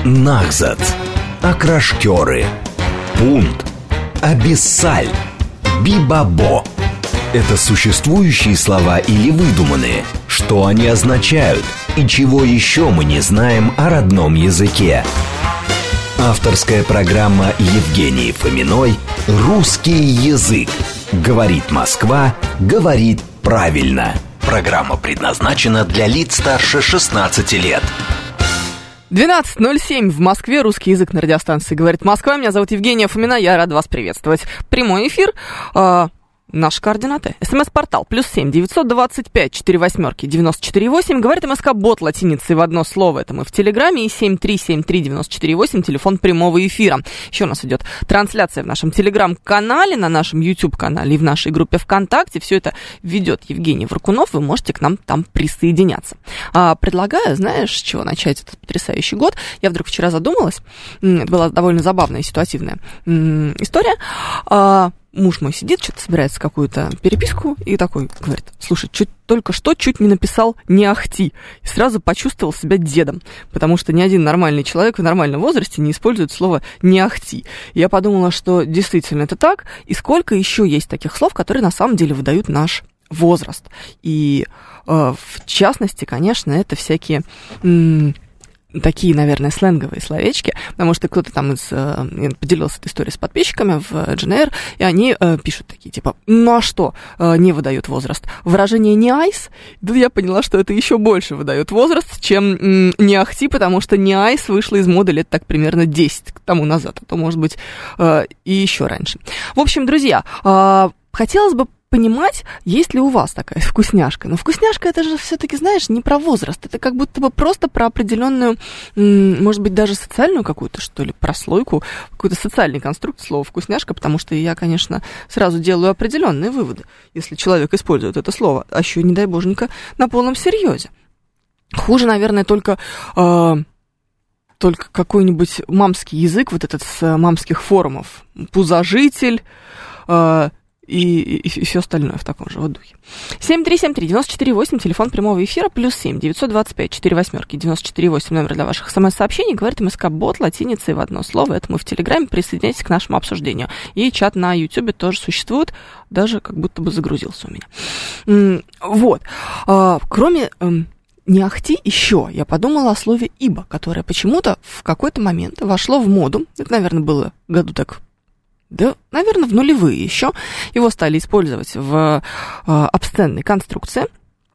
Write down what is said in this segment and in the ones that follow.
Нахзат, Акрашкеры, Пунт, Абиссаль, Бибабо. Это существующие слова или выдуманные? Что они означают? И чего еще мы не знаем о родном языке? Авторская программа Евгении Фоминой «Русский язык». Говорит Москва, говорит правильно. Программа предназначена для лиц старше 16 лет. 12:07 в Москве. Русский язык на радиостанции «Говорит Москва». Меня зовут Евгения Фомина. Я рада вас приветствовать. Прямой эфир. Наши координаты. СМС-портал +7 925 48 94 8. Говорит МСК-бот латиницей в одно слово. Это мы в Телеграме. И 7373948. Телефон прямого эфира. Еще у нас идет трансляция в нашем Телеграм-канале, на нашем YouTube-канале и в нашей группе ВКонтакте. Все это ведет Евгений Варкунов. Вы можете к нам там присоединяться. Предлагаю, знаешь, с чего начать этот потрясающий год? Я вдруг вчера задумалась. Это была довольно забавная, ситуативная история. Муж мой сидит, что-то собирается какую-то переписку и такой говорит: слушай, только что чуть не написал «не ахти». И сразу почувствовал себя дедом, потому что ни один нормальный человек в нормальном возрасте не использует слово «не ахти». Я подумала, что действительно это так, и сколько еще есть таких слов, которые на самом деле выдают наш возраст. И в частности, конечно, это всякие... такие, наверное, сленговые словечки, потому что кто-то там поделился этой историей с подписчиками в GNR, и они пишут такие, типа, ну а что не выдает возраст? Выражение «не айс», да я поняла, что это еще больше выдает возраст, чем «не ахти», потому что «не айс» вышло из моды лет так примерно 10 тому назад, а то, может быть, и еще раньше. В общем, друзья, хотелось бы понимать, есть ли у вас такая вкусняшка. Но вкусняшка — это же все-таки, знаешь, не про возраст. Это как будто бы просто про определенную, может быть, даже социальную какую-то, что ли, прослойку, какой-то социальный конструкт слова «вкусняшка», потому что я, конечно, сразу делаю определенные выводы, если человек использует это слово, а еще, не дай боженька, на полном серьезе. Хуже, наверное, только какой-нибудь мамский язык, вот этот с мамских форумов. Пузожитель, и все остальное в таком же вот духе. 7373948, телефон прямого эфира, +7 925 48 94 8, номер для ваших смс-сообщений. Говорит МСК-бот латиницей в одно слово. Это мы в Телеграме. Присоединяйтесь к нашему обсуждению. И чат на Ютубе тоже существует, даже как будто бы загрузился у меня. Вот. Кроме «не ахти» еще я подумала о слове «ибо», которое почему-то в какой-то момент вошло в моду. Это, наверное, было году так... Да, наверное, в нулевые еще. Его стали использовать в обсценной конструкции.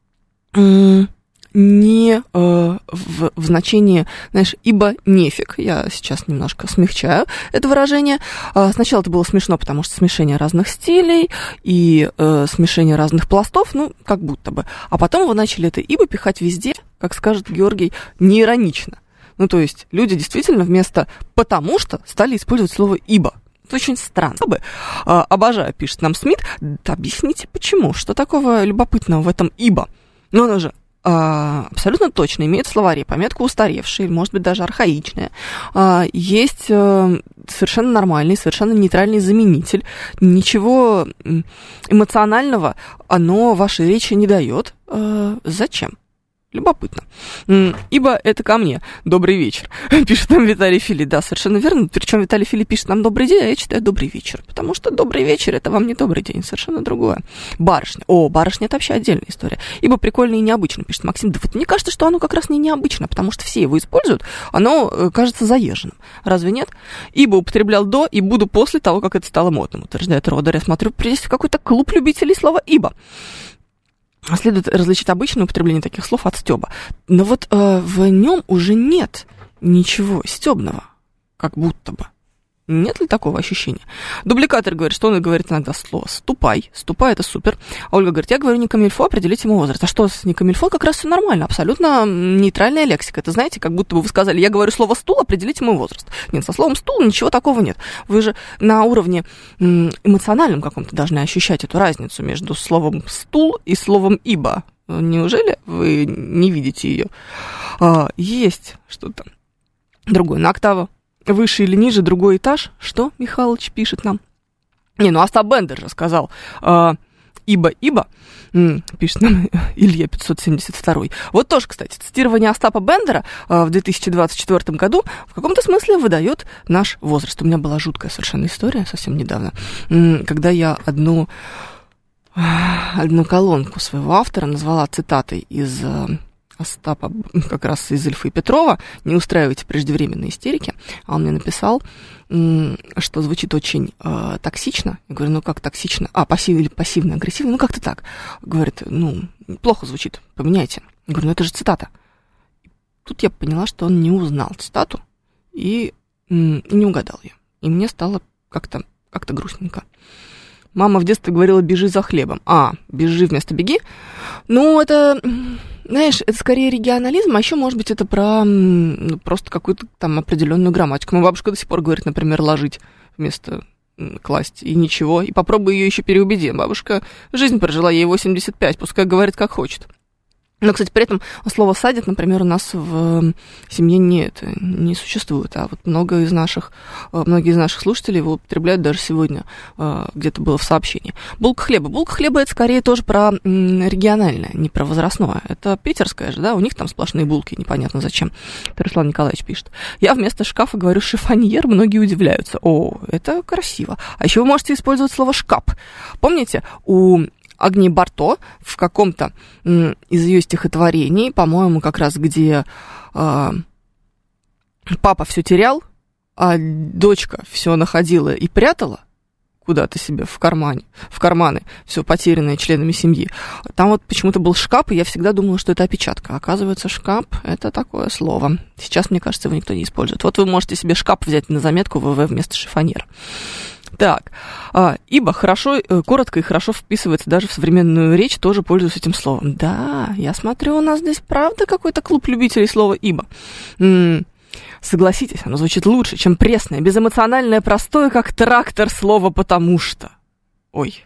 Не в значении, знаешь, «ибо нефиг». Я сейчас немножко смягчаю это выражение. Сначала это было смешно, потому что смешение разных стилей и смешение разных пластов, ну, как будто бы. А потом его начали это «ибо» пихать везде, как скажет Георгий, неиронично. Ну, то есть люди действительно вместо «потому что» стали использовать слово «ибо». Это очень странно. Обожаю, пишет нам Смит. Да объясните, почему? Что такого любопытного в этом «ибо»? Но оно же абсолютно точно имеет в словаре пометку устаревшая, может быть, даже архаичная. Есть совершенно нормальный, совершенно нейтральный заменитель. Ничего эмоционального оно вашей речи не дает. Зачем? Любопытно. «Ибо это ко мне. Добрый вечер», пишет нам Виталий Фили. Да, совершенно верно. Причем Виталий Фили пишет нам «добрый день», а я читаю «добрый вечер». Потому что добрый вечер — это вам не добрый день, совершенно другое. Барышня. Барышня — это вообще отдельная история. «Ибо прикольно и необычно», пишет Максим. Да вот мне кажется, что оно как раз не необычно, потому что все его используют. Оно кажется заезженным. Разве нет? «Ибо употреблял до и буду после того, как это стало модным», утверждает Родер. Я смотрю, здесь какой-то клуб любителей слова «ибо». Следует различить обычное употребление таких слов от стёба. Но вот в нем уже нет ничего стёбного, как будто бы. Нет ли такого ощущения? Дубликатор говорит, что он говорит иногда слово «ступай». «Ступай» — это супер. А Ольга говорит, я говорю не камильфо, определите ему возраст. А что с не камильфо? Как раз все нормально, абсолютно нейтральная лексика. Это, знаете, как будто бы вы сказали, я говорю слово «стул», определите ему возраст. Нет, со словом «стул» ничего такого нет. Вы же на уровне эмоциональном каком-то должны ощущать эту разницу между словом «стул» и словом «ибо». Неужели вы не видите ее? Есть что-то другое. На октаву выше или ниже, другой этаж. Что Михалыч пишет нам? Не, ну Остап Бендер же сказал, ибо, пишет нам Илья 572. Вот тоже, кстати, цитирование Остапа Бендера в 2024 году в каком-то смысле выдает наш возраст. У меня была жуткая совершенно история совсем недавно, когда я одну колонку своего автора назвала цитатой из Остапа, как раз из Ильфа и Петрова, «Не устраивайте преждевременные истерики», а он мне написал, что звучит очень токсично. Я говорю, ну как токсично? Пассивно-агрессивно? Ну как-то так. Говорит, плохо звучит, поменяйте. Я говорю, это же цитата. Тут я поняла, что он не узнал цитату и не угадал ее. И мне стало как-то грустненько. Мама в детстве говорила, бежи за хлебом. Бежи вместо беги. Это, знаешь, это скорее регионализм, а еще, может быть, это про просто какую-то там определенную грамматику. Моя бабушка до сих пор говорит, например, ложить вместо класть, и ничего. И попробуй ее еще переубеди. Бабушка жизнь прожила, ей 85, пускай говорит, как хочет. Но, кстати, при этом слово «садит», например, у нас в семье не существует, а вот многие из наших слушателей его употребляют даже сегодня, где-то было в сообщении. Булка хлеба. Булка хлеба – это скорее тоже про региональное, не про возрастное. Это питерское же, да, у них там сплошные булки, непонятно зачем. Это Руслан Николаевич пишет. Я вместо шкафа говорю «шифоньер», многие удивляются. Это красиво. А еще вы можете использовать слово «шкаф». Помните, у Агнии Барто в каком-то из ее стихотворений, по-моему, как раз где папа все терял, а дочка все находила и прятала куда-то себе в карманы, все потерянное членами семьи. Там вот почему-то был шкаф, и я всегда думала, что это опечатка. Оказывается, шкаф – это такое слово. Сейчас, мне кажется, его никто не использует. Вот вы можете себе шкаф взять на заметку ВВ вместо шифоньера. Так, ибо коротко и хорошо вписывается даже в современную речь, тоже пользуюсь этим словом. Да, я смотрю, у нас здесь правда какой-то клуб любителей слова «ибо». Согласитесь, оно звучит лучше, чем пресное, безэмоциональное, простое, как трактор слово «потому что». Ой.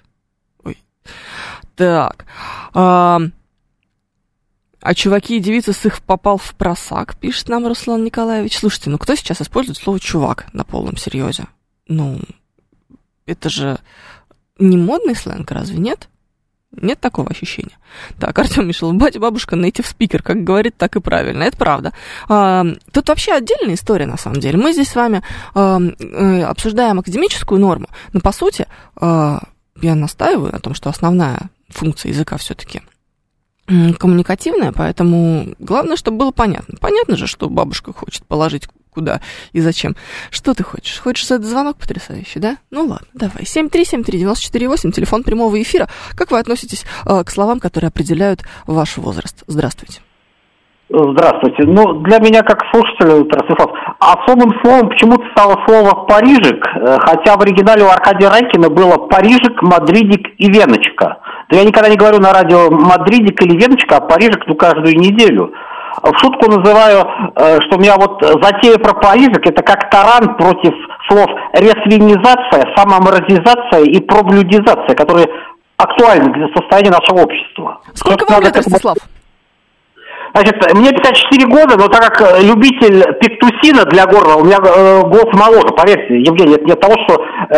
Так, а чуваки и девицы с их попал в просак, пишет нам Руслан Николаевич. Слушайте, кто сейчас использует слово «чувак» на полном серьезе? Это же не модный сленг, разве нет? Нет такого ощущения. Так, Артем Мишелов, батя, бабушка, native speaker, как говорит, так и правильно. Это правда. Тут вообще отдельная история, на самом деле. Мы здесь с вами обсуждаем академическую норму, но, по сути, я настаиваю на том, что основная функция языка все-таки коммуникативная, поэтому главное, чтобы было понятно. Понятно же, что бабушка хочет положить куда и зачем. Что ты хочешь? Хочешь этот звонок потрясающий, да? Ладно, давай. 7373948, телефон прямого эфира. Как вы относитесь к словам, которые определяют ваш возраст? Здравствуйте. Здравствуйте. Для меня, как слушателя, Ростислав, особым словом почему-то стало слово «парижик», хотя в оригинале у Аркадия Райкина было «парижик», «мадридик» и «веночка». Но я никогда не говорю на радио «мадридик» или «веночка», а «парижик» каждую неделю. В шутку называю, что у меня затея про парижик, это как таран против слов ресвинизация, самоморализация и проблюдизация, которые актуальны для состояния нашего общества. Сколько вам лет, Ростислав? Значит, мне 54 года, но так как любитель пектусина для горла, у меня голос моложе, поверьте, Евгений, это не от того, что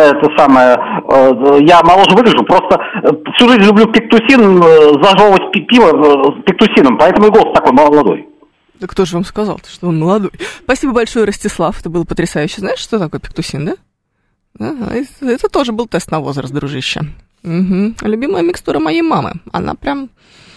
я моложе выгляжу, просто всю жизнь люблю пектусин, зажевывать пиво пектусином, поэтому и голос такой молодой. Да кто же вам сказал, что он молодой? Спасибо большое, Ростислав, это было потрясающе. Знаешь, что такое пектусин, да? Это тоже был тест на возраст, дружище. Угу. Любимая микстура моей мамы, она прям,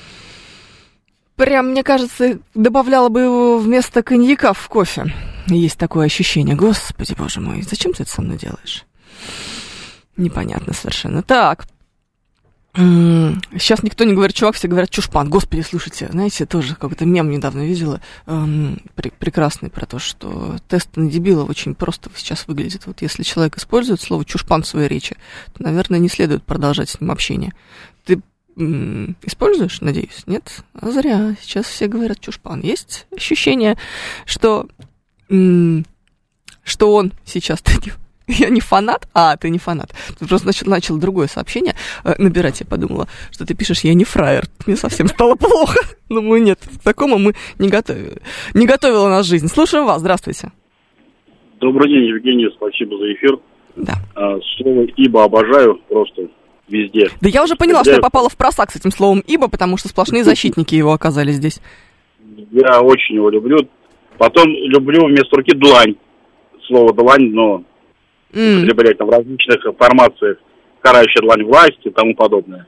мне кажется, добавляла бы его вместо коньяка в кофе. Есть такое ощущение. Господи, боже мой, зачем ты это со мной делаешь? Непонятно совершенно. Так, сейчас никто не говорит чувак, все говорят чушпан. Господи, слушайте, знаете, тоже какой-то мем недавно видела, прекрасный, про то, что тест на дебилов очень просто сейчас выглядит. Вот если человек использует слово чушпан в своей речи, то, наверное, не следует продолжать с ним общение. Ты используешь, надеюсь? Нет? А зря. Сейчас все говорят чушпан. Есть ощущение, что он сейчас... Я не фанат? Ты не фанат. Ты просто начал другое сообщение набирать. Я подумала, что ты пишешь «я не фраер». Мне совсем стало плохо. Думаю, нет, к такому мы не готовили. Не готовила нас жизнь. Слушаем вас. Здравствуйте. Добрый день, Евгений. Спасибо за эфир. Да. Слово «ибо» обожаю просто. везде. Да я уже поняла, что я попала в просак с этим словом «ибо», потому что сплошные защитники его оказались здесь. Я очень его люблю. Потом люблю вместо руки длань. Слово длань, но употреблять там в различных формациях. Карающая длань власти и тому подобное.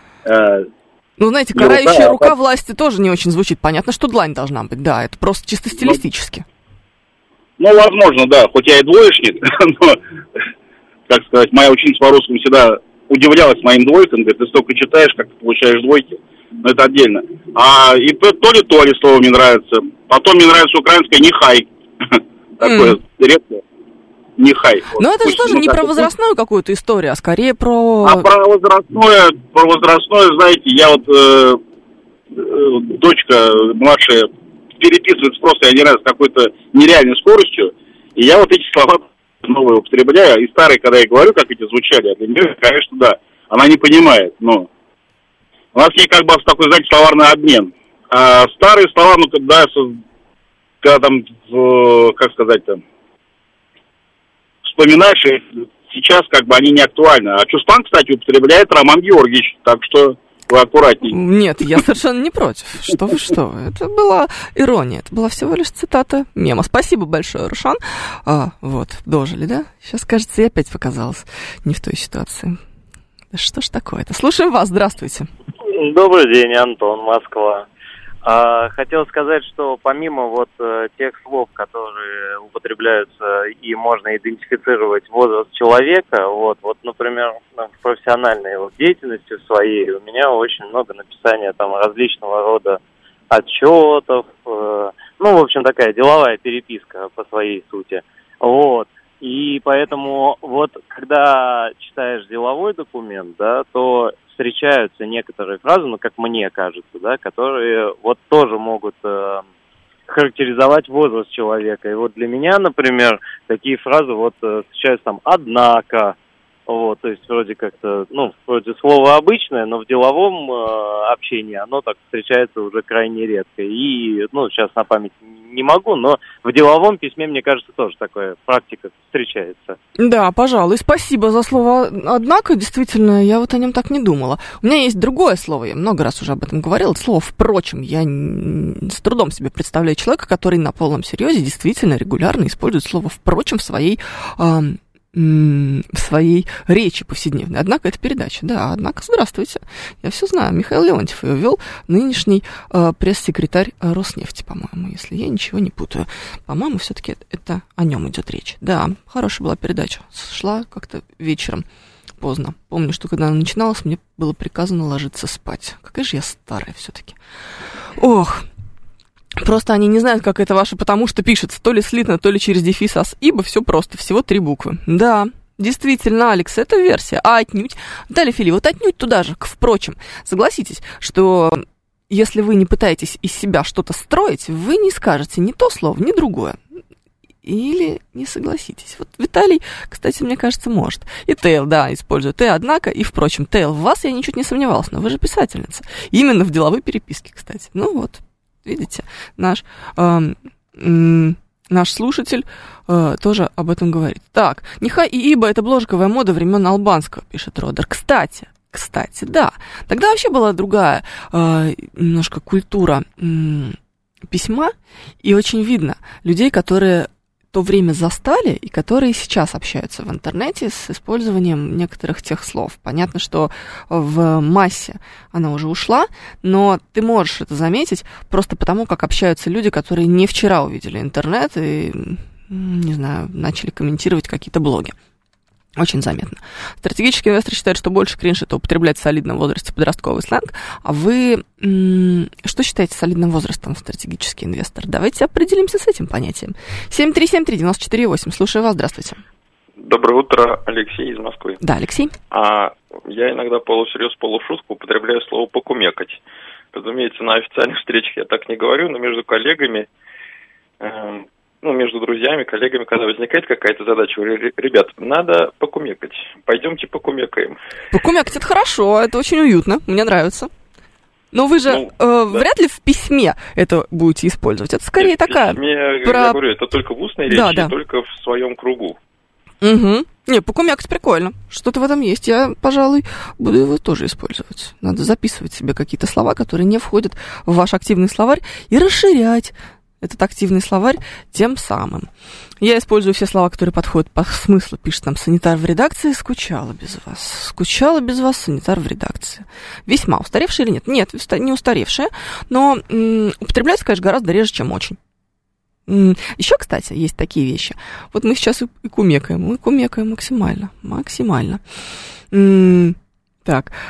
Ну, знаете, карающая рука власти тоже не очень звучит. Понятно, что длань должна быть, да, это просто чисто стилистически. Ну, возможно, да, хоть я и двоечник, но, как сказать, моя ученица по русскому всегда удивлялась моим двойкам, говорит, ты столько читаешь, как ты получаешь двойки, но это отдельно. И то ли слово мне нравится, потом мне нравится украинское «нехай», такое редкое. Нехай. Но это же тоже не про возрастную какую-то историю, а скорее про... А про возрастное, знаете, я вот, дочка младшая переписывается просто, я не знаю, с какой-то нереальной скоростью, и я вот эти слова новые употребляю, и старые, когда я говорю, как эти звучали, а для нее, конечно, да, она не понимает, но у нас есть как бы такой, знаете, словарный обмен. А старые слова, ну, когда там, как сказать там, вспоминаешь, и сейчас как бы они не актуальны. А Чустан, кстати, употребляет Роман Георгиевич, так что вы аккуратней. Нет, я совершенно не против. Что вы. Это была ирония, это была всего лишь цитата мема. Спасибо большое, Рушан. Вот, дожили, да? Сейчас, кажется, я опять показалась не в той ситуации. Да что ж такое-то? Слушаем вас, здравствуйте. Добрый день, Антон, Москва. Хотел сказать, что помимо вот тех слов, которые употребляются и можно идентифицировать возраст человека, вот, например, в профессиональной вот деятельности своей у меня очень много написания там различного рода отчетов, ну, в общем, такая деловая переписка по своей сути, вот. И поэтому вот когда читаешь деловой документ, да, то встречаются некоторые фразы, ну, как мне кажется, да, которые вот тоже могут характеризовать возраст человека. И вот для меня, например, такие фразы вот встречаются там «однако», вот, то есть вроде как-то, ну, вроде слово обычное, но в деловом общении оно так встречается уже крайне редко. И, ну, сейчас на память не могу, но в деловом письме, мне кажется, тоже такая практика встречается. Да, пожалуй, спасибо за слово «однако», действительно, я вот о нем так не думала. У меня есть другое слово, я много раз уже об этом говорила, это слово «впрочем». Я с трудом себе представляю человека, который на полном серьезе действительно регулярно использует слово «впрочем» в своей речи повседневной. Однако это передача. Да, однако, здравствуйте. Я все знаю. Михаил Леонтьев ее вел, нынешний пресс-секретарь Роснефти, по-моему, если я ничего не путаю. По-моему, все-таки это о нем идет речь. Да, хорошая была передача. Шла как-то вечером поздно. Помню, что когда она начиналась, мне было приказано ложиться спать. Какая же я старая все-таки. Ох. Просто они не знают, как это ваше, потому что пишется то ли слитно, то ли через дефис, ибо все просто, всего 3 буквы. Да, действительно, Алекс, это версия. А отнюдь, Далее, Фили, вот отнюдь туда же, впрочем, согласитесь, что если вы не пытаетесь из себя что-то строить, вы не скажете ни то слово, ни другое. Или не согласитесь. Вот Виталий, кстати, мне кажется, может. И Тейл, да, использует. И однако, и впрочем, Тейл, в вас я ничуть не сомневалась, но вы же писательница. Именно в деловой переписке, кстати. Ну вот. Видите, наш слушатель тоже об этом говорит. Так, нехай и ибо это бложковая мода времен Албанского, пишет Родер. Кстати, да. Тогда вообще была другая немножко культура письма, и очень видно людей, которые то время застали, и которые сейчас общаются в интернете с использованием некоторых тех слов. Понятно, что в массе она уже ушла, но ты можешь это заметить просто потому, как общаются люди, которые не вчера увидели интернет и, не знаю, начали комментировать какие-то блоги. Очень заметно. Стратегический инвестор считает, что больше кринж — это употреблять в солидном возрасте подростковый сленг. А вы что считаете солидным возрастом стратегический инвестор? Давайте определимся с этим понятием. 7373948. Слушаю вас, здравствуйте. Доброе утро, Алексей из Москвы. Да, Алексей. Я иногда полусерьез, полушутку употребляю слово «покумекать». Разумеется, на официальных встречах я так не говорю, но между коллегами... между друзьями, коллегами, когда возникает какая-то задача, говорю, ребят, надо покумекать, пойдемте покумекаем. Покумекать — это хорошо, это очень уютно, мне нравится. Но вы же вряд ли в письме это будете использовать, это скорее такая... В письме, я говорю, это только в устной речи, только в своем кругу. Угу. Не, покумекать прикольно. Что-то в этом есть. Я, пожалуй, буду его тоже использовать. Надо записывать себе какие-то слова, которые не входят в ваш активный словарь, и расширять этот активный словарь тем самым. Я использую все слова, которые подходят по смыслу. Пишет нам санитар в редакции. Скучала без вас. Скучала без вас санитар в редакции. Весьма устаревшая или нет? Нет, не устаревшая, но употребляется, конечно, гораздо реже, чем очень. Еще, кстати, есть такие вещи. Вот мы сейчас и кумекаем. Мы кумекаем максимально. Максимально. Так.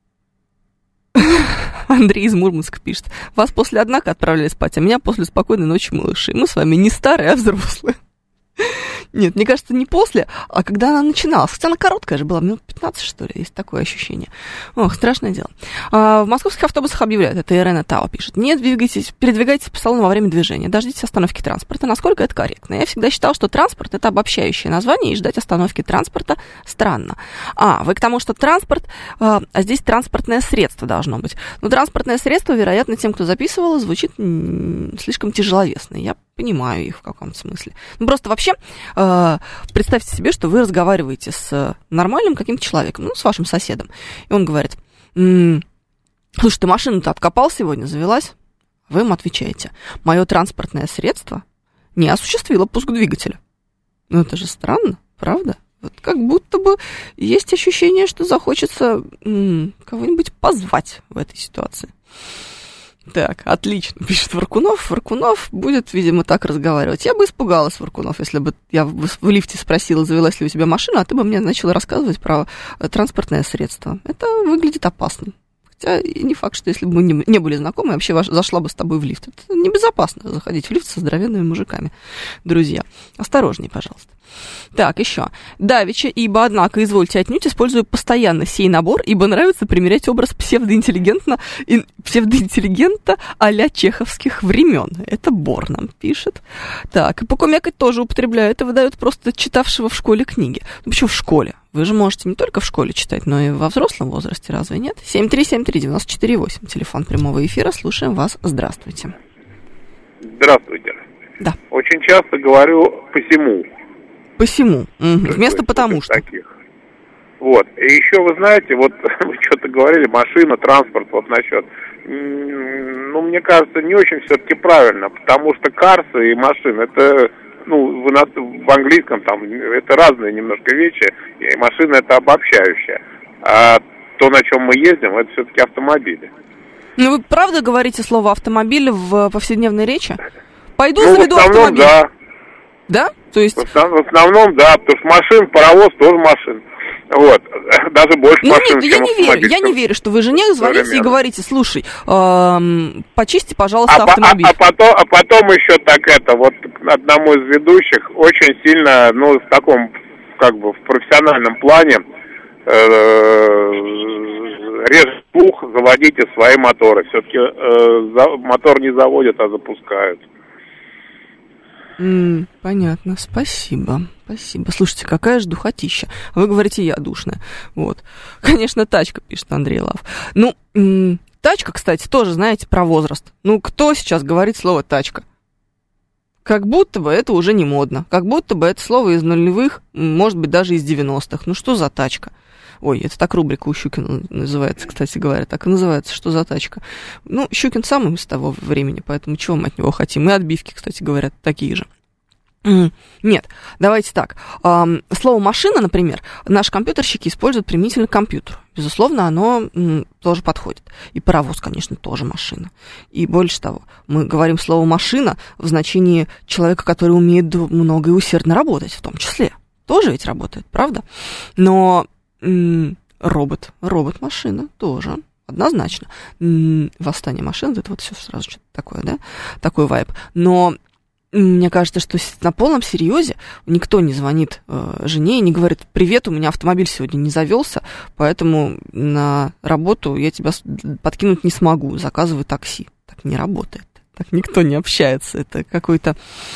Андрей из Мурманска пишет. Вас после однако отправляли спать, а меня после спокойной ночи, малыши. Мы с вами не старые, а взрослые. Нет, мне кажется, не после, а когда она начиналась. Хотя она короткая же была, минут 15, что ли, есть такое ощущение. Ох, страшное дело. В московских автобусах объявляют, это Ирена Тао пишет, не передвигайтесь по салону во время движения, дождитесь остановки транспорта. Насколько это корректно? Я всегда считала, что транспорт — это обобщающее название, и ждать остановки транспорта странно. Вы к тому, что транспорт, а здесь транспортное средство должно быть. Но транспортное средство, вероятно, тем, кто записывал, звучит слишком тяжеловесно. Я понимаю их в каком-то смысле. Ну, просто вообще представьте себе, что вы разговариваете с нормальным каким-то человеком, ну, с вашим соседом. И он говорит, слушай, ты машину-то откопал сегодня, завелась? Вы ему отвечаете, мое транспортное средство не осуществило пуск двигателя. Ну, это же странно, правда? Вот как будто бы есть ощущение, что захочется кого-нибудь позвать в этой ситуации. Так, отлично, пишет Варкунов. Варкунов будет, видимо, так разговаривать. Я бы испугалась, Варкунов, если бы я в лифте спросила, завелась ли у тебя машина, а ты бы мне начала рассказывать про транспортное средство. Это выглядит опасным. Хотя и не факт, что если бы мы не были знакомы, я вообще зашла бы с тобой в лифт. Это небезопасно заходить в лифт со здоровенными мужиками. Друзья, осторожней, пожалуйста. Так, еще. Давича, ибо, однако, извольте отнюдь, использую постоянно сей набор, ибо нравится примерять образ псевдоинтеллигента а-ля чеховских времен. Это Бор нам пишет. Так, и покумекать тоже употребляю. Это выдает просто читавшего в школе книги. Ну, почему в школе? Вы же можете не только в школе читать, но и во взрослом возрасте, разве нет? 7373948, телефон прямого эфира. Слушаем вас. Здравствуйте. Здравствуйте. Да. Очень часто говорю «посему». Посему. Угу. Вместо «потому что». Таких. Вот. И еще, вы знаете, вот вы что-то говорили, машина, транспорт, вот насчет. Ну, мне кажется, не очень все-таки правильно, потому что карсы и машины, это, ну, в английском там, это разные немножко вещи, и машина это обобщающая. А то, на чем мы ездим, это все-таки автомобили. Ну, вы правда говорите слово «автомобиль» в повседневной речи? Пойду ну, заведу в основном, автомобиль. Да. Да? То есть... В основном, да, потому что машин, паровоз тоже машин. Вот, даже больше машин, нет, чем автомобиль. Я не верю, что вы жене звоните и говорите, слушай, почисти, пожалуйста, автомобиль. А потом еще так вот одному из ведущих очень сильно, ну, в таком, как бы, в профессиональном плане режет слух, заводите свои моторы. Все-таки мотор не заводят, а запускают. Понятно, спасибо. Слушайте, какая же духотища. Вы говорите, я душная. Вот. Конечно, тачка, пишет Андрей Лав. Ну, тачка, кстати, тоже, знаете, про возраст. Ну, кто сейчас говорит слово «тачка»? Как будто бы это уже не модно. Как будто бы это слово из нулевых, может быть, даже из 90-х. Ну, что за тачка? Ой, это так рубрика у Щукина называется, кстати говоря. Так и называется, что за тачка. Ну, Щукин сам из того времени, поэтому чего мы от него хотим? И отбивки, кстати говоря, такие же. Нет, давайте так. Слово «машина», например, наши компьютерщики используют применительно к компьютеру. Безусловно, оно тоже подходит. И паровоз, конечно, тоже машина. И больше того, мы говорим слово «машина» в значении человека, который умеет много и усердно работать, в том числе. Тоже ведь работает, правда? Но робот-машина тоже. Однозначно. Восстание машин, это вот все сразу что-то такое, да? Такой вайб. Но мне кажется, что на полном серьезе никто не звонит жене и не говорит: привет, у меня автомобиль сегодня не завелся, поэтому на работу я тебя подкинуть не смогу, заказывай такси. Так не работает. Так никто не общается. Это какой-то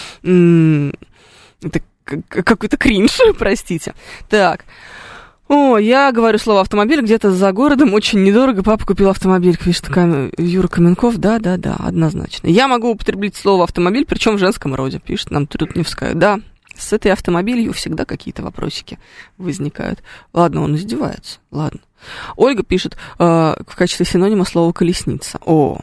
кринж, простите. Так. О, я говорю слово «автомобиль» где-то за городом, очень недорого, папа купил автомобиль, пишет Юра Каменков, да, однозначно. Я могу употреблять слово «автомобиль», причем в женском роде, пишет нам Трутневская, да, с этой автомобилью всегда какие-то вопросики возникают. Ладно, он издевается, ладно. Ольга пишет в качестве синонима слово «колесница». О,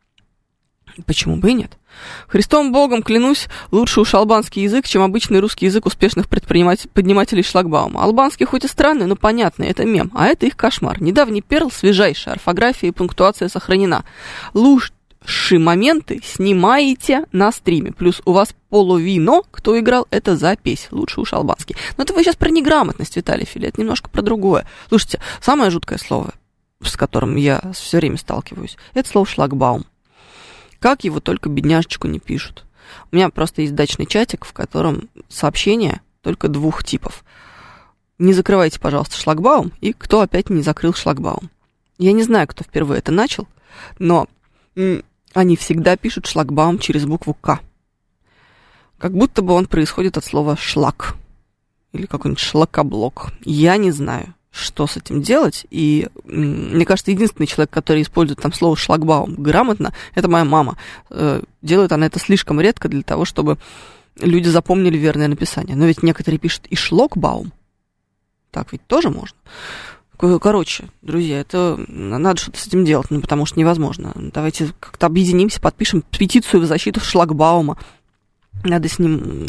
почему бы и нет? Христом Богом клянусь, лучше уж албанский язык, чем обычный русский язык успешных поднимателей шлагбаума. Албанский хоть и странный, но понятный, это мем, а это их кошмар. Недавний перл, свежайшая орфография и пунктуация сохранена. Лучшие моменты снимаете на стриме. Плюс у вас половина, кто играл, это запись. Лучше уж албанский. Но это вы сейчас про неграмотность, Виталий Фили, это немножко про другое. Слушайте, самое жуткое слово, с которым я все время сталкиваюсь, это слово «шлагбаум». Как его только бедняжечку не пишут. У меня просто есть дачный чатик, в котором сообщения только двух типов. Не закрывайте, пожалуйста, шлагбаум, и кто опять не закрыл шлагбаум. Я не знаю, кто впервые это начал, но они всегда пишут шлагбаум через букву «К». Как будто бы он происходит от слова «шлак» или какой-нибудь шлакоблок. Я не знаю, что с этим делать, и мне кажется, единственный человек, который использует там слово «шлагбаум» грамотно, это моя мама. Делает она это слишком редко для того, чтобы люди запомнили верное написание. Но ведь некоторые пишут и «шлокбаум». Так ведь тоже можно. Короче, друзья, это надо что-то с этим делать, потому что невозможно. Давайте как-то объединимся, подпишем петицию в защиту шлагбаума. Надо с ним,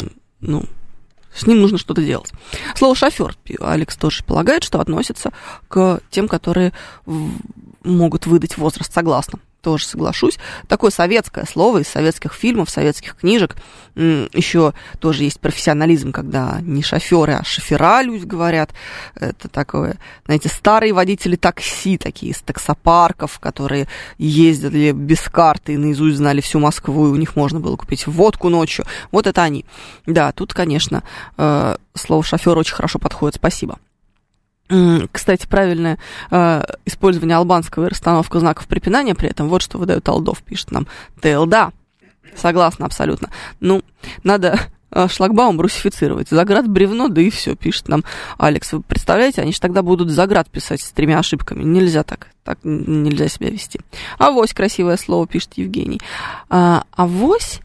с ним нужно что-то делать. Слово «шофер» Алекс тоже полагает, что относится к тем, которые могут выдать возраст. Согласна. Тоже соглашусь. Такое советское слово из советских фильмов, советских книжек. Еще тоже есть профессионализм, когда не шоферы, а шофера люди говорят. Это такое, знаете, старые водители такси, такие из таксопарков, которые ездили без карты и наизусть знали всю Москву, и у них можно было купить водку ночью. Вот это они. Да, тут, конечно, слово «шофер» очень хорошо подходит. Спасибо. Кстати, правильное использование албанского и расстановка знаков препинания при этом. Вот что выдает Алдов, пишет нам ТЛД. Согласна абсолютно. Надо шлагбаум русифицировать. Заград бревно, да и все, пишет нам Алекс. Вы представляете, они же тогда будут Заград писать с 3 ошибками. Нельзя так нельзя себя вести. Авось, красивое слово, пишет Евгений. Авось,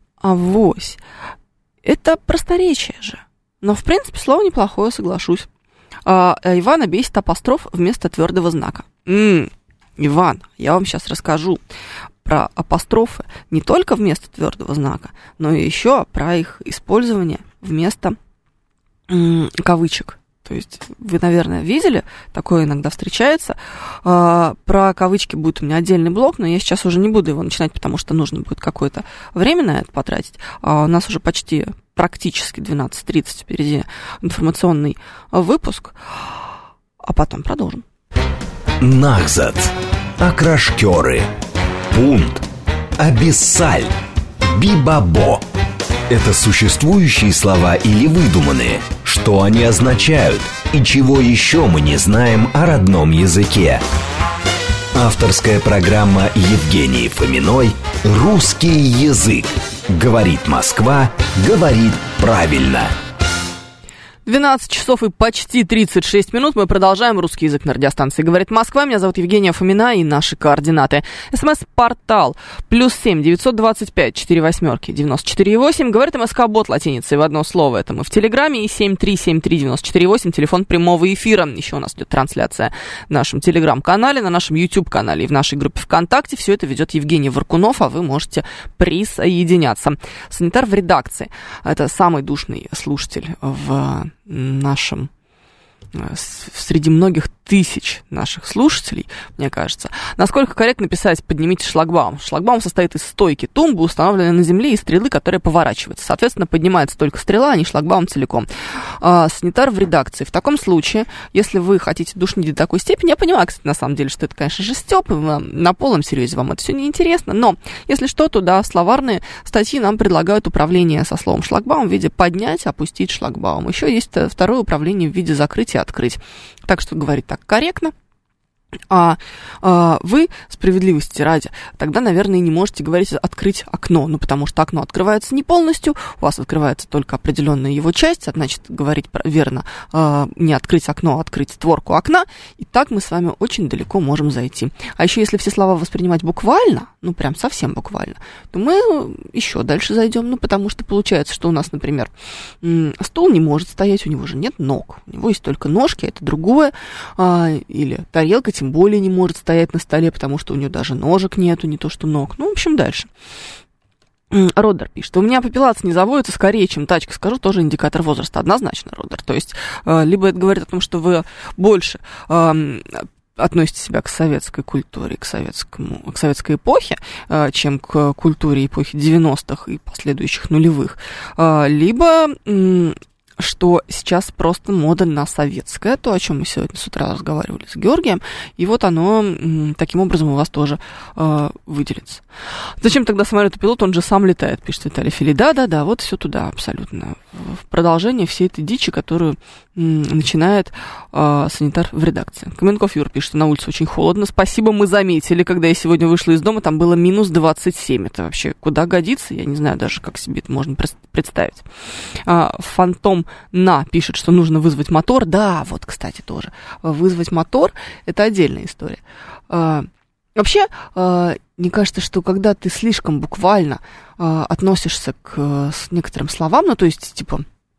это просторечие же. Но, в принципе, слово неплохое, соглашусь. Ивана бесит апостроф вместо твердого знака. Иван, я вам сейчас расскажу про апострофы не только вместо твердого знака, но и еще про их использование вместо кавычек. То есть вы, наверное, видели, такое иногда встречается. Про кавычки будет у меня отдельный блог, но я сейчас уже не буду его начинать, потому что нужно будет какое-то время на это потратить. У нас уже почти практически 12:30 впереди информационный выпуск, а потом продолжим. Нахзат, Акрашкеры, Пунт, Абиссаль, Бибабо. Это существующие слова или выдуманные? Что они означают? И чего еще мы не знаем о родном языке? Авторская программа Евгении Фоминой «Русский язык». Говорит Москва, говорит правильно. 12 часов и почти 36 минут. Мы продолжаем русский язык на радиостанции «Говорит Москва». Меня зовут Евгения Фомина и наши координаты. СМС-портал +7 925 48 94 8. Говорит МСК-бот латиницей в одно слово. Это мы в Телеграме. И 7373948. Телефон прямого эфира. Еще у нас идет трансляция в нашем Телеграм-канале, на нашем YouTube-канале и в нашей группе ВКонтакте. Все это ведет Евгений Варкунов, а вы можете присоединяться. Санитар в редакции. Это самый душный слушатель в нашем, среди многих тысяч наших слушателей, мне кажется. Насколько корректно писать «поднимите шлагбаум»? Шлагбаум состоит из стойки тумбы, установленной на земле, и стрелы, которая поворачивается. Соответственно, поднимается только стрела, а не шлагбаум целиком. Санитар в редакции. В таком случае, если вы хотите душнить до такой степени, я понимаю, кстати, на самом деле, что это, конечно же, стёб, на полном серьезе вам это все неинтересно, но если что, то да, словарные статьи нам предлагают управление со словом шлагбаум в виде поднять, опустить шлагбаум. Еще есть второе управление в виде закрыть и открыть. Так что говорить так корректно. А вы, справедливости ради, тогда, наверное, не можете говорить «открыть окно», потому что окно открывается не полностью, у вас открывается только определенная его часть, а значит, говорить верно не «открыть окно», а «открыть створку окна», и так мы с вами очень далеко можем зайти. А еще, если все слова воспринимать буквально, ну, прям совсем буквально, то мы еще дальше зайдем, ну, потому что получается, что у нас, например, стол не может стоять, у него же нет ног, у него есть только ножки, это другое, или тарелка тем более не может стоять на столе, потому что у нее даже ножек нету, не то что ног, ну, в общем, дальше. Родер пишет, у меня папиллац не заводится скорее, чем тачка, скажу, тоже индикатор возраста, однозначно, Родер. То есть, либо это говорит о том, что вы больше относите себя к советской культуре, к советской эпохе, чем к культуре эпохи 90-х и последующих нулевых, либо что сейчас просто мода на советское, то, о чем мы сегодня с утра разговаривали с Георгием, и вот оно таким образом у вас тоже выделится. Зачем тогда самолет-пилот, он же сам летает, пишет Виталий Фили. Да, вот все туда абсолютно. В продолжение всей этой дичи, которую начинает санитар в редакции. Каменков Юр пишет, что на улице очень холодно. Спасибо, мы заметили, когда я сегодня вышла из дома, там было минус 27. Это вообще куда годится? Я не знаю даже, как себе это можно представить. Фантом пишет, что нужно вызвать мотор. Да, вот, кстати, тоже. Вызвать мотор – это отдельная история. Вообще, мне кажется, что когда ты слишком буквально относишься к некоторым словам, ну, то есть, типа,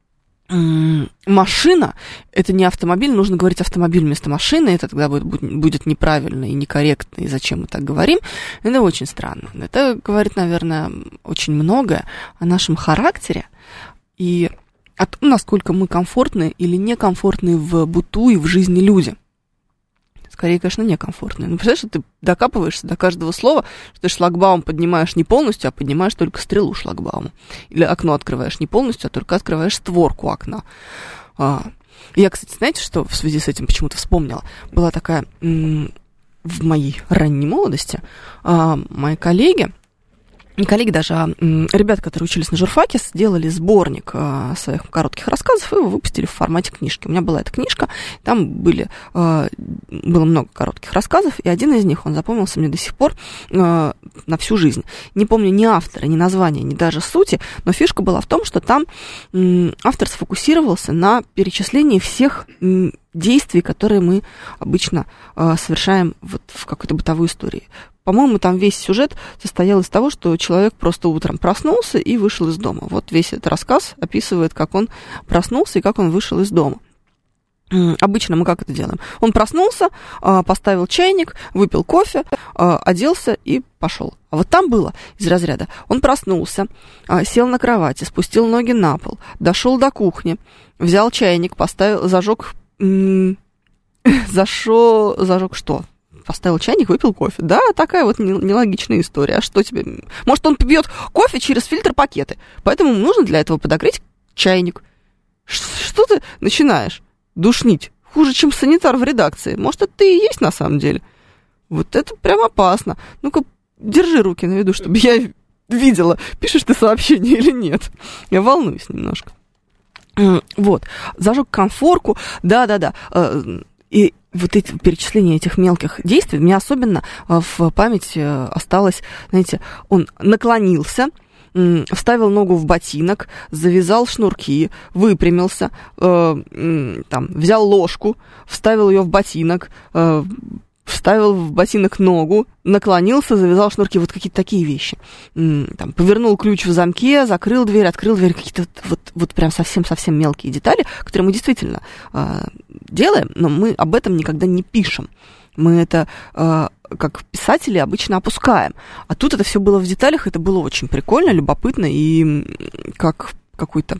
машина – это не автомобиль, нужно говорить автомобиль вместо машины, это тогда будет неправильно и некорректно, и зачем мы так говорим, это очень странно. Это говорит, наверное, очень многое о нашем характере и о том, насколько мы комфортны или некомфортны в быту и в жизни люди. Скорее, конечно, некомфортные. Ну, представляешь, что ты докапываешься до каждого слова, что ты шлагбаум поднимаешь не полностью, а поднимаешь только стрелу шлагбаума. Или окно открываешь не полностью, а только открываешь створку окна. Я, кстати, знаете, что в связи с этим почему-то вспомнила? Была такая в моей ранней молодости мои коллеги, даже ребята, которые учились на журфаке, сделали сборник своих коротких рассказов и его выпустили в формате книжки. У меня была эта книжка, там было много коротких рассказов, и один из них, он запомнился мне до сих пор на всю жизнь. Не помню ни автора, ни названия, ни даже сути, но фишка была в том, что там автор сфокусировался на перечислении всех действий, которые мы обычно совершаем вот в какой-то бытовой истории. По-моему, там весь сюжет состоял из того, что человек просто утром проснулся и вышел из дома. Вот весь этот рассказ описывает, как он проснулся и как он вышел из дома. Обычно мы как это делаем? Он проснулся, поставил чайник, выпил кофе, оделся и пошел. А вот там было из разряда. Он проснулся, сел на кровати, спустил ноги на пол, дошел до кухни, взял чайник, зажег что? Поставил чайник, выпил кофе. Да, такая вот нелогичная история. А что тебе? Может, он пьет кофе через фильтр пакеты, поэтому нужно для этого подогреть чайник. Что ты начинаешь душнить? Хуже, чем санитар в редакции. Может, это ты и есть на самом деле? Вот это прям опасно. Ну-ка, держи руки на виду, чтобы я видела, пишешь ты сообщение или нет. Я волнуюсь немножко. Вот. Зажег конфорку. Да. И вот эти перечисления этих мелких действий, мне особенно в памяти осталось, знаете, он наклонился, вставил ногу в ботинок, завязал шнурки, выпрямился, взял ложку, вставил ее в ботинок, вставил в ботинок ногу, наклонился, завязал шнурки, вот какие-то такие вещи. Повернул ключ в замке, закрыл дверь, открыл дверь, какие-то вот прям совсем-совсем мелкие детали, которые мы действительно делаем, но мы об этом никогда не пишем. Мы это, как писатели, обычно опускаем. А тут это все было в деталях, это было очень прикольно, любопытно и как какой-то